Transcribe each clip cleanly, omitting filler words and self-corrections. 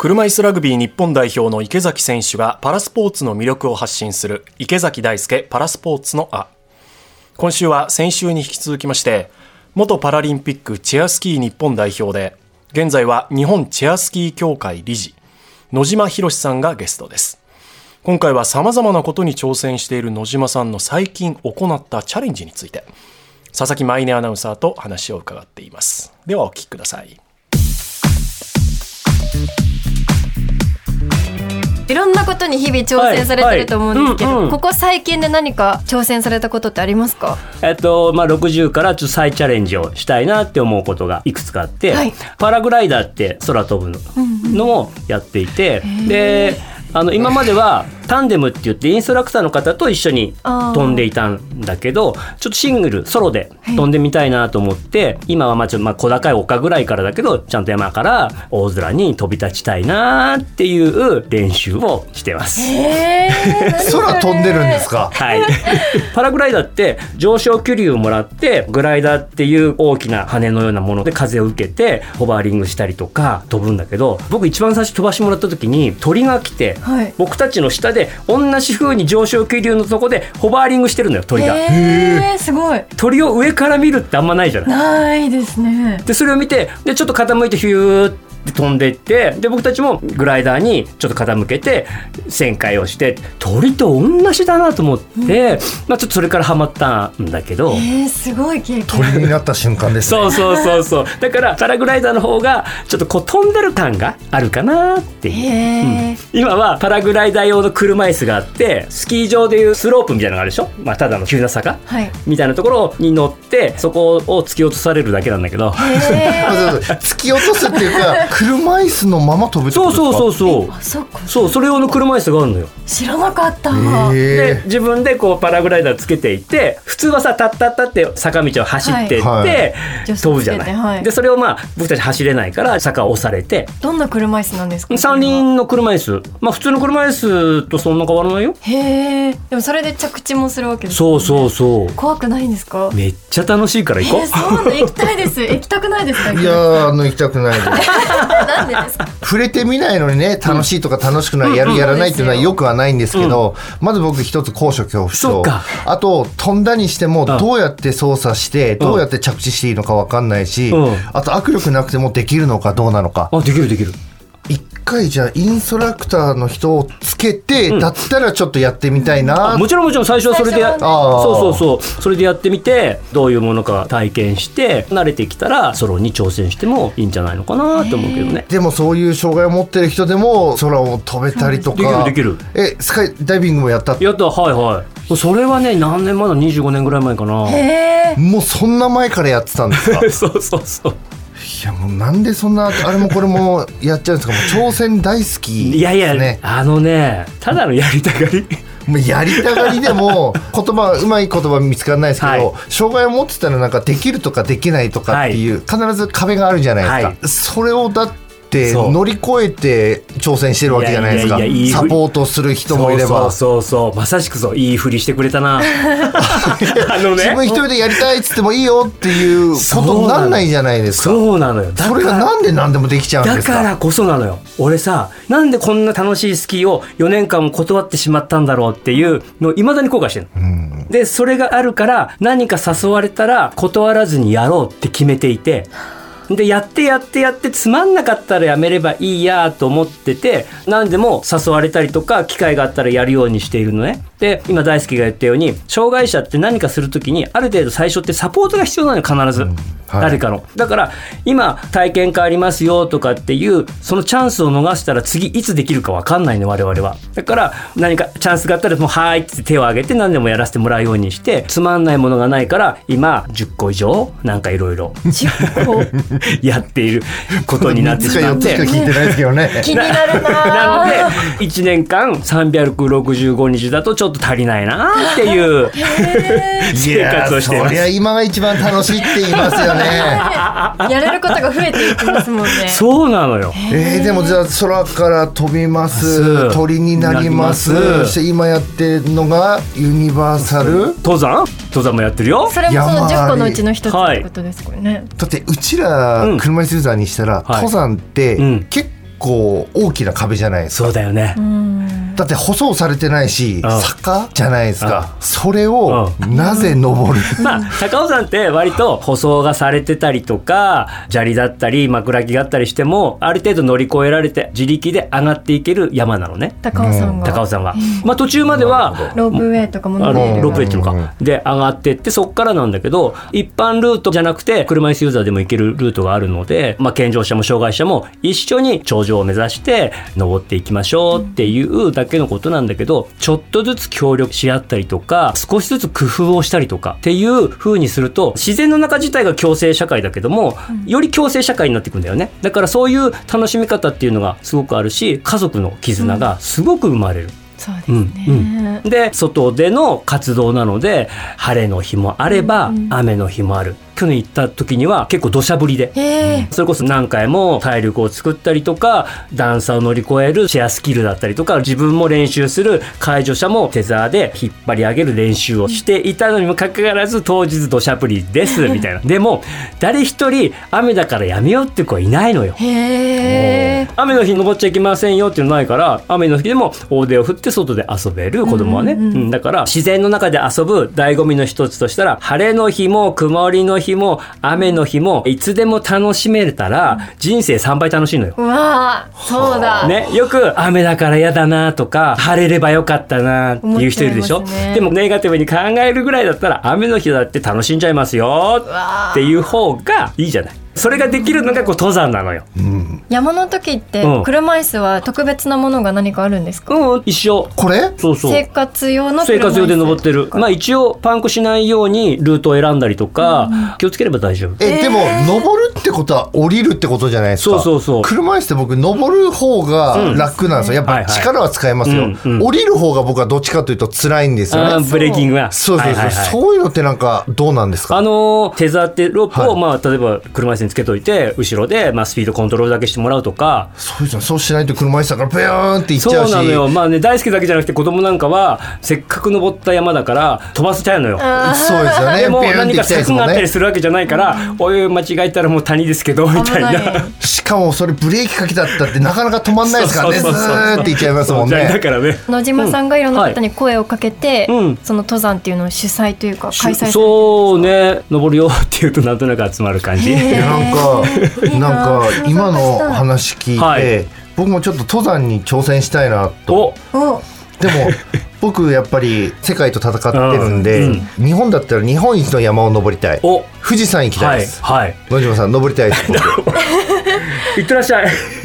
車いすラグビー日本代表の池崎選手がパラスポーツの魅力を発信する池崎大輔パラスポーツのあ。今週は先週に引き続きまして元パラリンピックチェアスキー日本代表で現在は日本チェアスキー協会理事野島博さんがゲストです。今回は様々なことに挑戦している野島さんの最近行ったチャレンジについて佐々木舞音アナウンサーと話を伺っています。ではお聞きください。 いろんなことに日々挑戦されてると思うんですけど、ここ最近で何か挑戦されたことってありますか ？60からちょっと再チャレンジをしたいなって思うことがいくつかあって、パラグライダーって空飛ぶのをやっていて、で今まではタンデムって言ってインストラクターの方と一緒に飛んでいたんだけど、ちょっとシングルソロで飛んでみたいなと思って、今はちょっと小高い丘ぐらいからだけどちゃんと山から大空に飛び立ちたいなっていう練習をしてます。 空飛んでるんですか？ はい。パラグライダーって上昇気流をもらってグライダーっていう大きな羽のようなもので風を受けてホバーリングしたりとか飛ぶんだけど、僕一番最初飛ばしてもらった時に鳥が来て、僕たちの下で同じ風に上昇気流のとこでホバーリングしてるのよ、鳥が。 すごい。 鳥を上から見るってあんまないじゃない。 ないですね。 でそれを見て、でちょっと傾いてヒューって飛んでいって、で僕たちもグライダーにちょっと傾けて旋回をして、鳥と同じだなと思って、ちょっとそれからハマったんだけど、 すごい経験。 鳥になった瞬間ですね。 そうだからパラグライダーの方がちょっとこう飛んでる感があるかなっていう、今はパラグライダー用の車椅子があって、スキー場でいうスロープみたいなのがあるでしょ、ただの急な坂、みたいなところに乗ってそこを突き落とされるだけなんだけど、 突き落とすっていうか車椅子のまま飛ぶってことですか？ そうそれ用の車椅子があるのよ。 知らなかった。 で自分でこうパラグライダーつけていて、普通はさタッタッタって坂道を走っていって、飛ぶじゃない、でそれを僕たち走れないから坂を押されて。 どんな車椅子なんですか？ 三輪の車椅子、普通の車椅子とそんな変わらないよ。 でもそれで着地もするわけですね。そう怖くないんですか？ めっちゃ楽しいから行こう。 行きたいです。行きたくないですか？ いや行きたくないです。 なんでですか？ 触れてみないのにね、楽しいとか楽しくない、やらないっていうのはよくはないんですけど、まず僕一つ高所恐怖症、あと飛んだにしてもどうやって操作してどうやって着地していいのか分かんないし、あと握力なくてもできるのかどうなのか。 できる。 一回じゃあインストラクターの人をつけて、だったらちょっとやってみたいな。 もちろん最初はそれでそれでやってみて、どういうものか体験して慣れてきたらソロに挑戦してもいいんじゃないのかなと思うけどね。 でもそういう障害を持ってる人でも空を飛べたりとか。 できる。 スカイダイビングもやった。 それはね、何年、まだ25年ぐらい前かな。 もうそんな前からやってたんですか？ そういやもうなんでそんなあれもこれもやっちゃうんですか？もう挑戦大好きですね。 いやただのやりたがり。 もうやりたがりでもうまい言葉見つからないですけど、障害を持ってたらなんかできるとかできないとかっていう、必ず壁があるじゃないですか。それをだって乗り越えて挑戦してるわけじゃないですか。サポートする人もいれば。 そうまさしくいいふりしてくれたな。 自分一人でやりたいっつってもいいよっていうことになんないじゃないですか。 そうなのよ。 それがなんで何でもできちゃうんですか？ だからこそなのよ。俺さ、なんでこんな楽しいスキーを4年間も断ってしまったんだろうっていうのを未だに後悔してるの。でそれがあるから何か誘われたら断らずにやろうって決めていて、でやってつまんなかったらやめればいいやと思ってて、何でも誘われたりとか機会があったらやるようにしているのね。で今大輔が言ったように、障害者って何かするときにある程度最初ってサポートが必要なのよ、必ず、誰かの。だから今体験会ありますよとかっていうそのチャンスを逃したら次いつできるか分かんないの、我々は。だから何かチャンスがあったらもうはいって手を挙げて何でもやらせてもらうようにして、つまんないものがないから今10個以上なんかいろいろやっていることになってしまって。 4つしか聞いてないですけどね。 気になるなので1年間365日だとちょっと足りないなっていう生活をしています。 そりゃ今が一番楽しいって言いますよね。 やれることが増えていきますもんね。 そうなのよ。 でもじゃあ空から飛びます、鳥になります、そして今やってるのがユニバーサル登山もやってるよ。 それもその10個のうちの一つってことですこれね。 だってうちら車椅子ユーザーにしたら、登山って結構大きな壁じゃないですか。 そうだよね。 だって舗装されてないし坂じゃないですか。それをなぜ登るまあ高尾山って割と舗装がされてたりとか砂利だったり枕木があったりしてもある程度乗り越えられて自力で上がっていける山なのね、 高尾山が、 まあ途中まではロープウェイとかも乗れる、 ロープウェイっていうのかで上がってってそっからなんだけど、一般ルートじゃなくて車椅子ユーザーでも行けるルートがあるので、まあ健常者も障害者も一緒に頂上を目指して登っていきましょうっていうだけのことなんだけど、ちょっとずつ協力し合ったりとか少しずつ工夫をしたりとかっていう風にすると、自然の中自体が共生社会だけども、より共生社会になっていくんだよね。だからそういう楽しみ方っていうのがすごくあるし、家族の絆がすごく生まれる、 そうですね、 で外での活動なので晴れの日もあれば、雨の日もある。去年行った時には結構土砂降りで、それこそ何回も体力を作ったりとか段差を乗り越えるシェアスキルだったりとか、自分も練習する介助者もテザーで引っ張り上げる練習をしていたのにもかかわらず当日土砂降りですみたいなでも誰一人雨だからやめようって子はいないのよ。雨の日登っちゃいけませんよっていうのないから、雨の日でも大手を振って外で遊べる子供はね、だから自然の中で遊ぶ醍醐味の一つとしたら、晴れの日も曇りの日も雨の日もいつでも楽しめたら人生3倍楽しいのよ。 うわー、そうだね、よく雨だから嫌だなとか晴れればよかったなっていう人いるでしょ、でもネガティブに考えるぐらいだったら雨の日だって楽しんじゃいますよっていう方がいいじゃない。それができるのがこう登山なのよ、 山の時って車椅子は特別なものが何かあるんですか？ 一緒。 これそうそう、 生活用の車椅子、 生活用で登ってる。まあ一応パンクしないようにルートを選んだりとか、気をつければ大丈夫。 でも登るってことは降りるってことじゃないですか。 そう車椅子って僕登る方が楽なんですよ。やっぱ力は使えますよ、降りる方が僕はどっちかというと辛いんですよね。 ブレーキングがそういうのってなんかどうなんですか？ テザーってロープを、まあ例えば車椅子につけといて後ろで、まあ、スピードコントロールだけしてもらうとか。 そうですね、そうしないと車椅子だからブヨーンっていっちゃうし。 そうなのよ。まあね、大好きだけじゃなくて子供なんかはせっかく登った山だから飛ばせちゃうのよ。 そうですよね。 でも何か柵があったりするわけじゃないから、おい間違えたらもう谷ですけどみたいな。 しかもそれブレーキかけたったってなかなか止まんないですからね。ずーっていっちゃいますもんね。 だからね、 野島さんがいろんな方に声をかけて、その登山っていうのを主催というか開催されてるんですか？ そうね、登るよっていうとなんとなく集まる感じ。 なんか今の話聞いて、僕もちょっと登山に挑戦したいなと。でも僕やっぱり世界と戦ってるんで、日本だったら日本一の山を登りたい。富士山行きたいです。野島さん登りたいです。 行ってらっしゃい。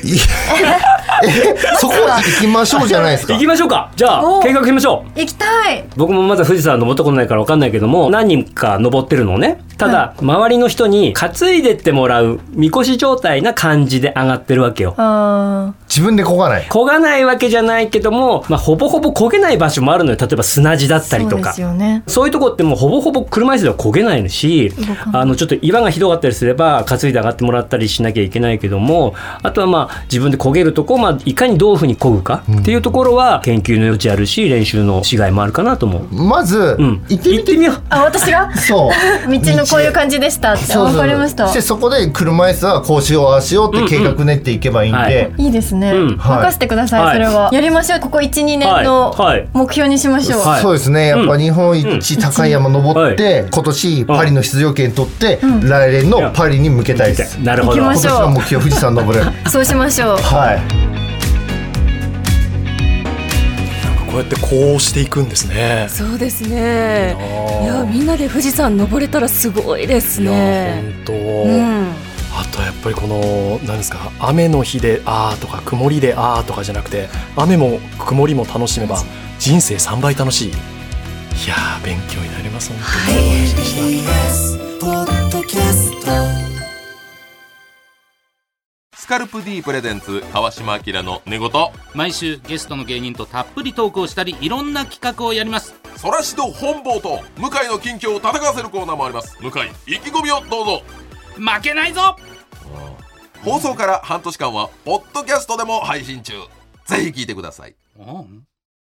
そこ行きましょうじゃないですか。 行きましょうか。じゃあ計画しましょう。 行きたい。 僕もまだ富士山登ったことないから分かんないけども、何人か登ってるのね。ただ、周りの人に担いでってもらうみこし状態な感じで上がってるわけよ。 自分で漕がない。 漕がないわけじゃないけども、まあ、ほぼほぼ漕げない場所もあるのよ。例えば砂地だったりとか。そういうとこってもうほぼほぼ車椅子では漕げないし、ちょっと岩がひどかったりすれば担いで上がってもらったりしなきゃいけないけども、あとはまあ自分で漕げるとこ、まあ、いかにどういうふうに漕ぐかっていうところは研究の余地あるし、練習のしがいもあるかなと思う。 まず、行ってみよう。 私がそう道のこういう感じでしたって。分かりました。 そこで車椅子はこうしようああしようって計画練っていけばいいんで、 いいですね、任せてください。それはやりましょう。ここ 1,2 年の目標にしましょう。 そうですね、やっぱ日本一高い山登って、今年パリの出場権取って、来年のパリに向けたいです。 なるほど。 行きましょう。 今年の目標富士山登る。 そうしましょう。 こうやってこうしていくんですね。 そうですね。いや、みんなで富士山登れたらすごいですね。 本当。あとやっぱりこの何ですか、雨の日であーとか曇りであーとかじゃなくて、雨も曇りも楽しめば人生3倍楽しい。いやー、勉強になります。本当にお話でした。 スカルプ D プレゼンツ川島明の寝言。 毎週ゲストの芸人とたっぷりトークをしたり、いろんな企画をやります。 そらしど本坊と向井の近況を戦わせるコーナーもあります。向井、意気込みをどうぞ。 負けないぞ。 放送から半年間はポッドキャストでも配信中。ぜひ聞いてください。